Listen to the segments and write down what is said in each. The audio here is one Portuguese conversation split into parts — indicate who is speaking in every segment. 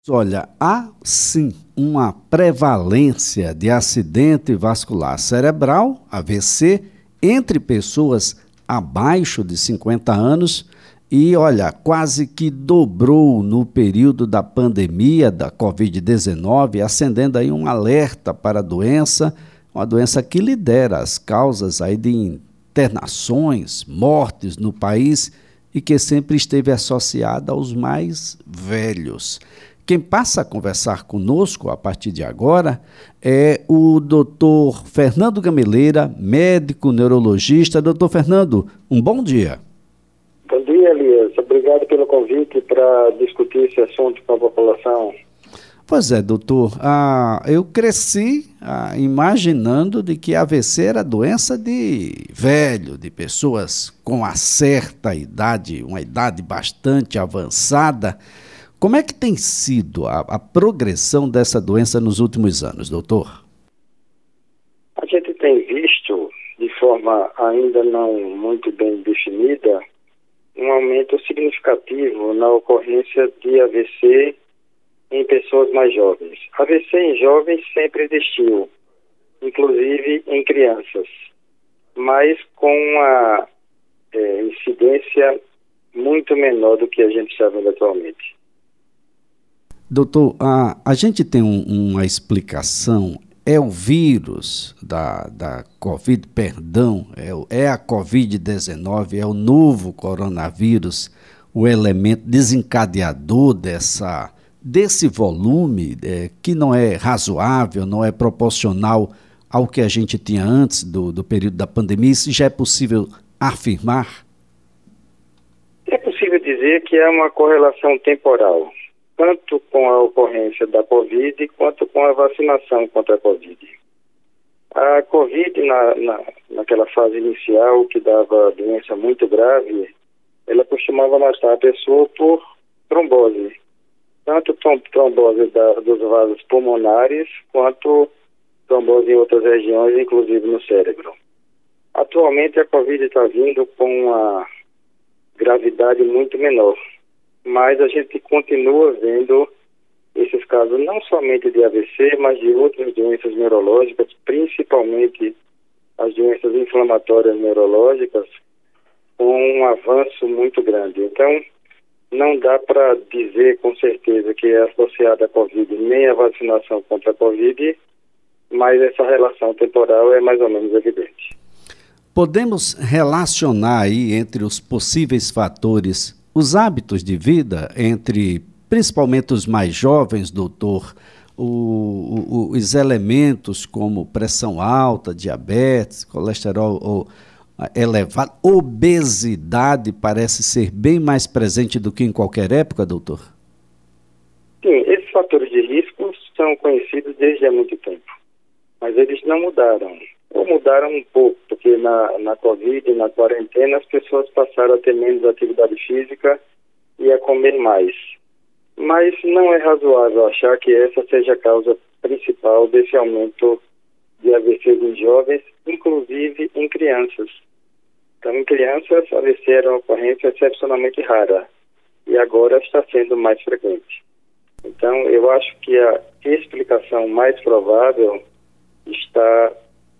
Speaker 1: Olha, há sim uma prevalência de acidente vascular cerebral, AVC, entre pessoas abaixo de 50 anos e, olha, quase que dobrou no período da pandemia da Covid-19, acendendo aí um alerta para a doença, uma doença que lidera as causas aí de internações, mortes no país e que sempre esteve associada aos mais velhos. Quem passa a conversar conosco a partir de agora é o doutor Fernando Gameleira, médico neurologista. Doutor Fernando, um bom dia.
Speaker 2: Bom dia, Elias. Obrigado pelo convite para discutir esse assunto com a população.
Speaker 1: Pois é, doutor. Eu cresci imaginando de que AVC era doença de velho, de pessoas com uma certa idade, uma idade bastante avançada. Como é que tem sido a progressão dessa doença nos últimos anos, doutor?
Speaker 2: A gente tem visto, de forma ainda não muito bem definida, um aumento significativo na ocorrência de AVC em pessoas mais jovens. AVC em jovens sempre existiu, inclusive em crianças, mas com uma incidência muito menor do que a gente está vendo atualmente.
Speaker 1: Doutor, a gente tem uma explicação, é o vírus da Covid, é a Covid-19, é o novo coronavírus, o elemento desencadeador desse volume que não é razoável, não é proporcional ao que a gente tinha antes do período da pandemia. Isso já é possível afirmar?
Speaker 2: É possível dizer que é uma correlação temporal, tanto com a ocorrência da Covid quanto com a vacinação contra a Covid. A Covid, naquela fase inicial, que dava doença muito grave, ela costumava matar a pessoa por trombose. Tanto trombose dos vasos pulmonares, quanto trombose em outras regiões, inclusive no cérebro. Atualmente, a Covid está vindo com uma gravidade muito menor, mas a gente continua vendo esses casos não somente de AVC, mas de outras doenças neurológicas, principalmente as doenças inflamatórias neurológicas, com um avanço muito grande. Então, não dá para dizer com certeza que é associada à Covid, nem a vacinação contra a Covid, mas essa relação temporal é mais ou menos evidente.
Speaker 1: Podemos relacionar aí entre os possíveis fatores os hábitos de vida, entre principalmente os mais jovens, doutor, os elementos como pressão alta, diabetes, colesterol elevado, obesidade parece ser bem mais presente do que em qualquer época, doutor?
Speaker 2: Sim, esses fatores de risco são conhecidos desde há muito tempo, mas eles não mudaram. Ou mudaram um pouco, porque na Covid, na quarentena, as pessoas passaram a ter menos atividade física e a comer mais. Mas não é razoável achar que essa seja a causa principal desse aumento de AVCs em jovens, inclusive em crianças. Então, em crianças, a AVC era uma ocorrência excepcionalmente rara e agora está sendo mais frequente. Então, eu acho que a explicação mais provável está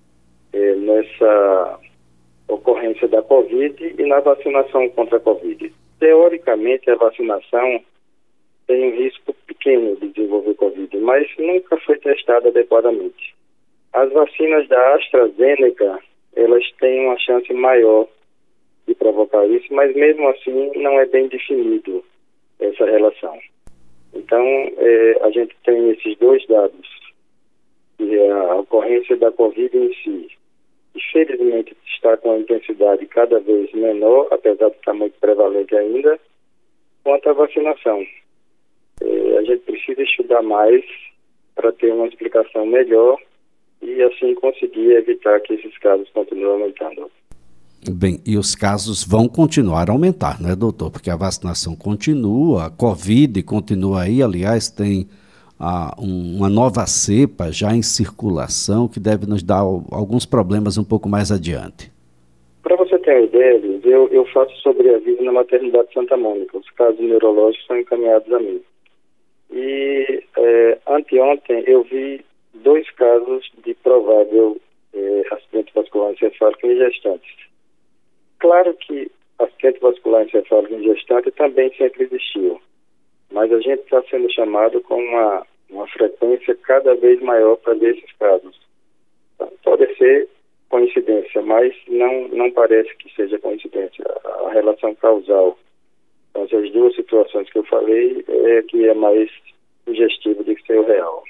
Speaker 2: nessa ocorrência da Covid e na vacinação contra a Covid. Teoricamente, a vacinação tem um risco pequeno de desenvolver Covid, mas nunca foi testada adequadamente. As vacinas da AstraZeneca, elas têm uma chance maior de provocar isso, mas mesmo assim não é bem definido essa relação. Então, a gente tem esses dois dados, que é a ocorrência da Covid em si, infelizmente está com a intensidade cada vez menor, apesar de estar muito prevalente ainda, quanto à vacinação. A gente precisa estudar mais para ter uma explicação melhor e assim conseguir evitar que esses casos continuem aumentando.
Speaker 1: Bem, e os casos vão continuar a aumentar, né, doutor? Porque a vacinação continua, a Covid continua aí, aliás, tem uma nova cepa já em circulação que deve nos dar alguns problemas um pouco mais adiante.
Speaker 2: Para você ter uma ideia, eu faço sobreaviso na maternidade Santa Mônica. Os casos neurológicos são encaminhados a mim. E anteontem eu vi 2 casos de provável acidente vascular encefálico em gestantes. Claro que acidente vascular encefálico em gestante também sempre existiu, mas a gente está sendo chamado com uma frequência cada vez maior para ver esses casos. Então, pode ser coincidência, mas não parece que seja coincidência. A relação causal com essas 2 situações que eu falei é que é mais sugestivo do que ser o real.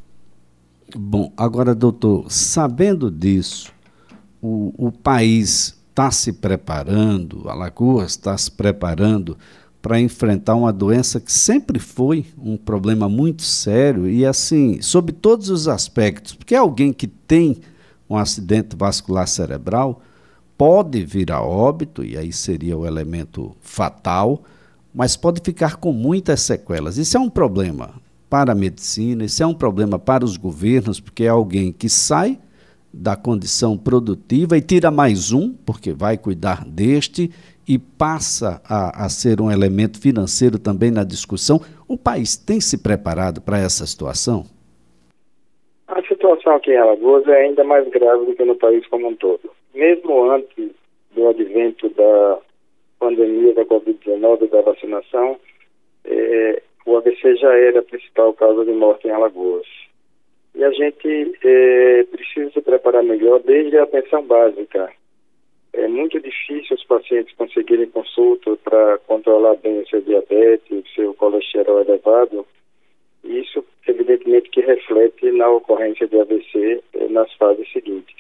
Speaker 1: Bom, agora, doutor, sabendo disso, o país está se preparando, Alagoas está se preparando para enfrentar uma doença que sempre foi um problema muito sério e, assim, sob todos os aspectos, porque alguém que tem um acidente vascular cerebral pode vir a óbito, e aí seria o elemento fatal, mas pode ficar com muitas sequelas. Isso é um problema para a medicina, isso é um problema para os governos, porque é alguém que sai da condição produtiva e tira mais um, porque vai cuidar deste, e passa a ser um elemento financeiro também na discussão. O país tem se preparado para essa situação?
Speaker 2: A situação aqui em Alagoas é ainda mais grave do que no país como um todo. Mesmo antes do advento da pandemia da Covid-19 e da vacinação, o AVC já era a principal causa de morte em Alagoas. E a gente precisa se preparar melhor desde a atenção básica. É muito difícil os pacientes conseguirem consulta para controlar bem o seu diabetes, o seu colesterol elevado. E isso, evidentemente, que reflete na ocorrência de AVC nas fases seguintes.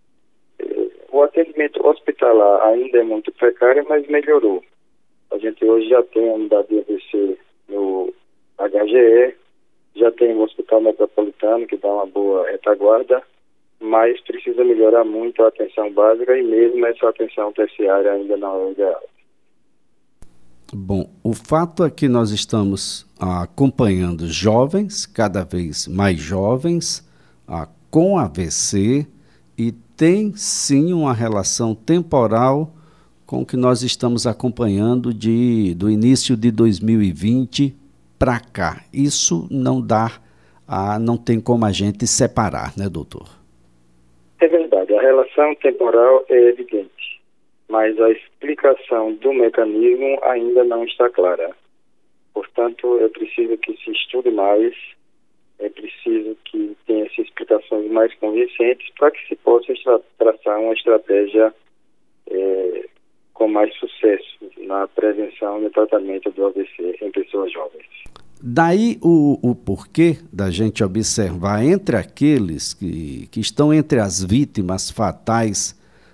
Speaker 2: O atendimento hospitalar ainda é muito precário, mas melhorou. A gente hoje já tem a unidade de AVC no HGE, já tem o Hospital Metropolitano, que dá uma boa retaguarda, mas precisa melhorar muito a atenção básica e mesmo essa atenção terciária ainda não é ideal.
Speaker 1: Bom, o fato é que nós estamos acompanhando jovens, cada vez mais jovens, com AVC, e tem sim uma relação temporal com o que nós estamos acompanhando do início de 2020 para cá. Isso não tem como a gente separar, né, doutor?
Speaker 2: É verdade, a relação temporal é evidente, mas a explicação do mecanismo ainda não está clara. Portanto, é preciso que se estude mais, é preciso que tenha-se explicações mais convincentes para que se possa traçar uma estratégia com mais sucesso na prevenção e no tratamento do AVC em pessoas jovens.
Speaker 1: Daí o porquê da gente observar entre aqueles que estão entre as vítimas fatais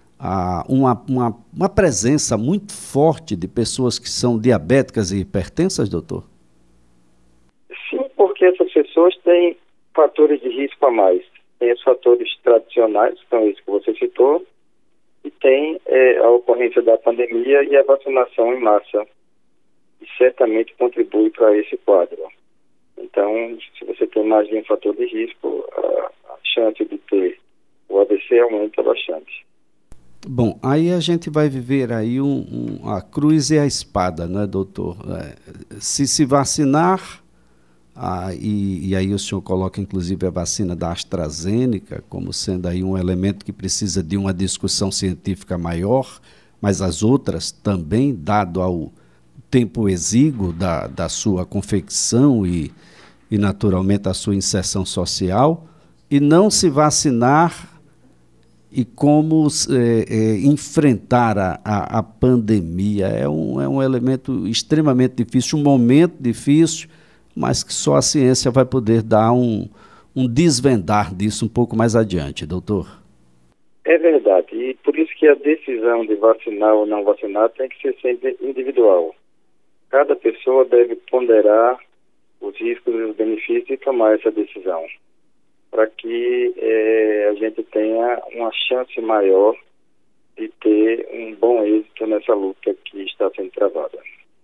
Speaker 1: uma presença muito forte de pessoas que são diabéticas e hipertensas, doutor?
Speaker 2: Sim, porque essas pessoas têm fatores de risco a mais. Tem os fatores tradicionais, que são esses que você citou, e tem a ocorrência da pandemia e a vacinação em massa. E certamente contribui para esse quadro. Então, se você tem mais de um fator de risco, a chance de ter o AVC aumenta bastante.
Speaker 1: Bom, aí a gente vai viver aí a cruz e a espada, não é, doutor? Se vacinar, e aí o senhor coloca inclusive a vacina da AstraZeneca como sendo aí um elemento que precisa de uma discussão científica maior, mas as outras também, dado ao tempo exíguo da sua confecção e naturalmente a sua inserção social, e não se vacinar e como enfrentar a pandemia. É um elemento extremamente difícil, um momento difícil, mas que só a ciência vai poder dar um desvendar disso um pouco mais adiante, doutor.
Speaker 2: É verdade, e por isso que a decisão de vacinar ou não vacinar tem que ser sempre individual. Cada pessoa deve ponderar os riscos e os benefícios e tomar essa decisão, para que a gente tenha uma chance maior de ter um bom êxito nessa luta que está sendo travada.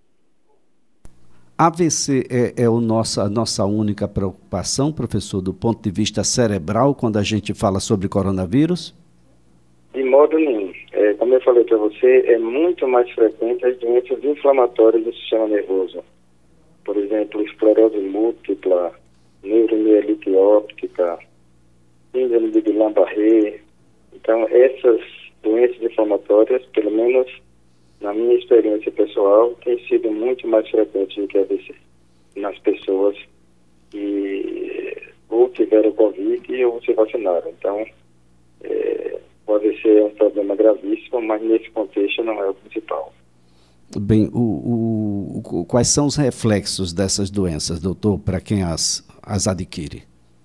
Speaker 1: AVC é a nossa única preocupação, professor, do ponto de vista cerebral, quando a gente fala sobre coronavírus?
Speaker 2: De modo nenhum. Como eu falei para você, é muito mais frequente as doenças inflamatórias do sistema nervoso. por exemplo, esclerose múltipla, neuromielite óptica, síndrome de Guillain-Barré. Então, essas doenças inflamatórias, pelo menos na minha experiência pessoal, têm sido muito mais frequentes do que a AVC nas pessoas que ou tiveram Covid ou se vacinaram. Então, o AVC é um problema gravíssimo, mas nesse contexto não é o principal.
Speaker 1: Bem, quais são os reflexos dessas doenças, doutor, para quem as adquire?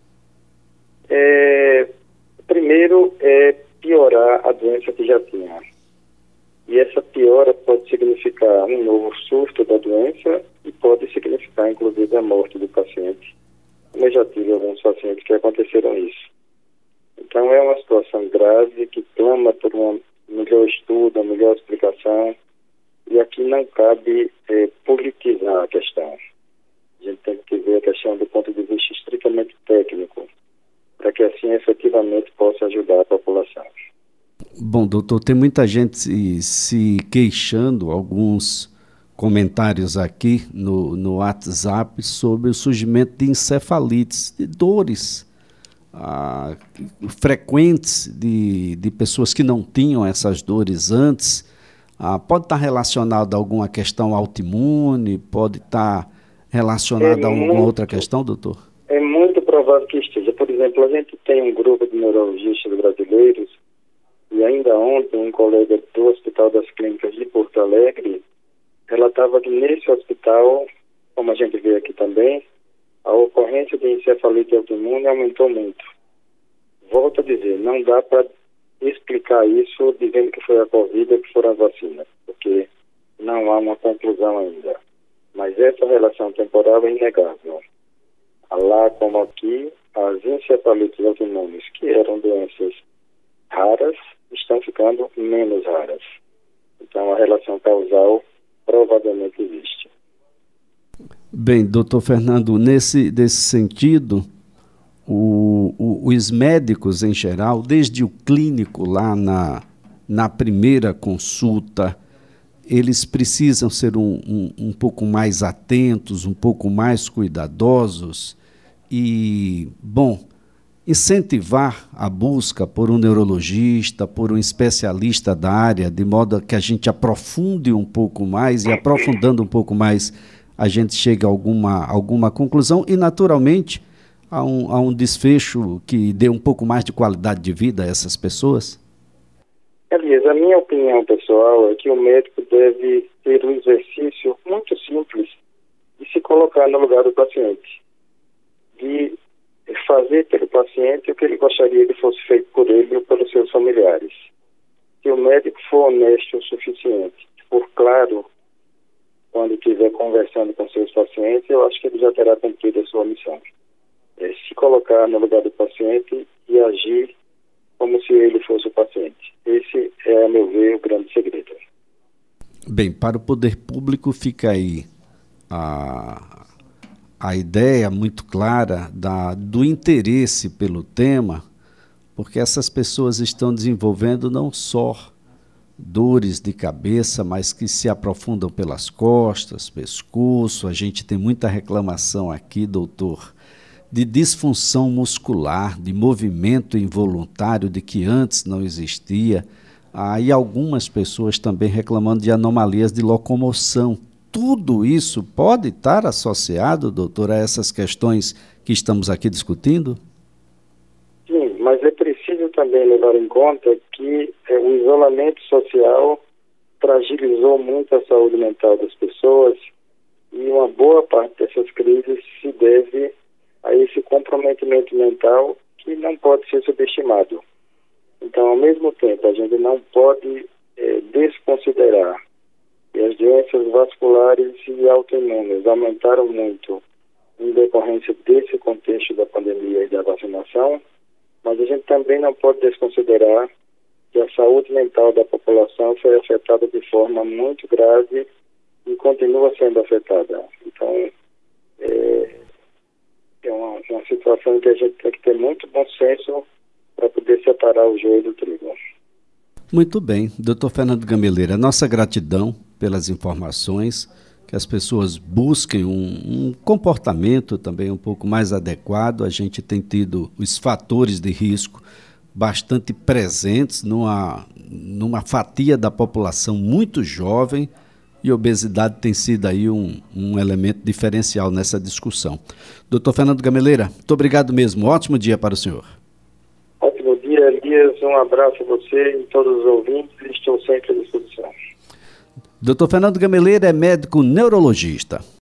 Speaker 2: Primeiro é piorar a doença que já tinha. E essa piora pode significar um novo surto da doença e pode significar, inclusive, a morte do paciente. Eu já tive alguns pacientes que aconteceram isso. Então, é uma situação grave que clama por um melhor estudo, uma melhor explicação. E aqui não cabe politizar a questão. A gente tem que ver a questão do ponto de vista estritamente técnico, para que assim efetivamente possa ajudar a população.
Speaker 1: Bom, doutor, tem muita gente se queixando, alguns comentários aqui no WhatsApp sobre o surgimento de encefalites, de dores frequentes de pessoas que não tinham essas dores antes. Pode estar relacionado a alguma questão autoimune, pode estar relacionado a alguma outra questão, doutor?
Speaker 2: É muito provável que esteja. Por exemplo, a gente tem um grupo de neurologistas brasileiros e ainda ontem um colega do Hospital das Clínicas de Porto Alegre relatava que nesse hospital, como a gente vê aqui também, a ocorrência de encefalite autoimune aumentou muito. Volto a dizer, não dá para explicar isso dizendo que foi a Covid ou que foram as vacinas, porque não há uma conclusão ainda. Mas essa relação temporal é inegável. Lá como aqui, as encefalites autoimunes, que eram doenças raras, estão ficando menos raras. Então, a relação causal provavelmente existe.
Speaker 1: Bem, doutor Fernando, nesse sentido, os médicos em geral, desde o clínico lá na primeira consulta, eles precisam ser um pouco mais atentos, um pouco mais cuidadosos e, incentivar a busca por um neurologista, por um especialista da área, de modo que a gente aprofunde um pouco mais e, aprofundando um pouco mais, a gente chega a alguma conclusão e, naturalmente, a um desfecho que dê um pouco mais de qualidade de vida a essas pessoas?
Speaker 2: Elias, a minha opinião pessoal é que o médico deve ter um exercício muito simples de se colocar no lugar do paciente, de fazer pelo paciente o que ele gostaria que fosse feito por ele ou pelos seus familiares. Se o médico for honesto o suficiente, for claro quando estiver conversando com seus pacientes, eu acho que ele já terá cumprido a sua missão. Se colocar no lugar do paciente e agir como se ele fosse o paciente. Esse é, a meu ver, o grande segredo.
Speaker 1: Bem, para o poder público fica aí a ideia muito clara do interesse pelo tema, porque essas pessoas estão desenvolvendo não só dores de cabeça, mas que se aprofundam pelas costas, pescoço. A gente tem muita reclamação aqui, doutor, de disfunção muscular, de movimento involuntário, de que antes não existia. E algumas pessoas também reclamando de anomalias de locomoção. Tudo isso pode estar associado, doutor, a essas questões que estamos aqui discutindo?
Speaker 2: Sim, mas é preciso também levar em conta que o isolamento social fragilizou muito a saúde mental das pessoas e uma boa parte dessas crises se deve a esse comprometimento mental que não pode ser subestimado. Então, ao mesmo tempo, a gente não pode desconsiderar que as doenças vasculares e autoimunes aumentaram muito em decorrência desse contexto da pandemia e da vacinação, mas a gente também não pode desconsiderar que a saúde mental da população foi afetada de forma muito grave e continua sendo afetada. Então, é uma situação em que a gente tem que ter muito bom senso para poder separar o joio do trigo.
Speaker 1: Muito bem. Dr. Fernando Gameleira, nossa gratidão pelas informações que as pessoas busquem um comportamento também um pouco mais adequado. A gente tem tido os fatores de risco bastante presentes numa fatia da população muito jovem, e obesidade tem sido aí um elemento diferencial nessa discussão. Doutor Fernando Gameleira, muito obrigado mesmo. Ótimo dia para o senhor.
Speaker 2: Ótimo dia, Elias. Um abraço a você e todos os ouvintes. Estou sempre à disposição.
Speaker 1: Doutor Fernando Gameleira é médico neurologista.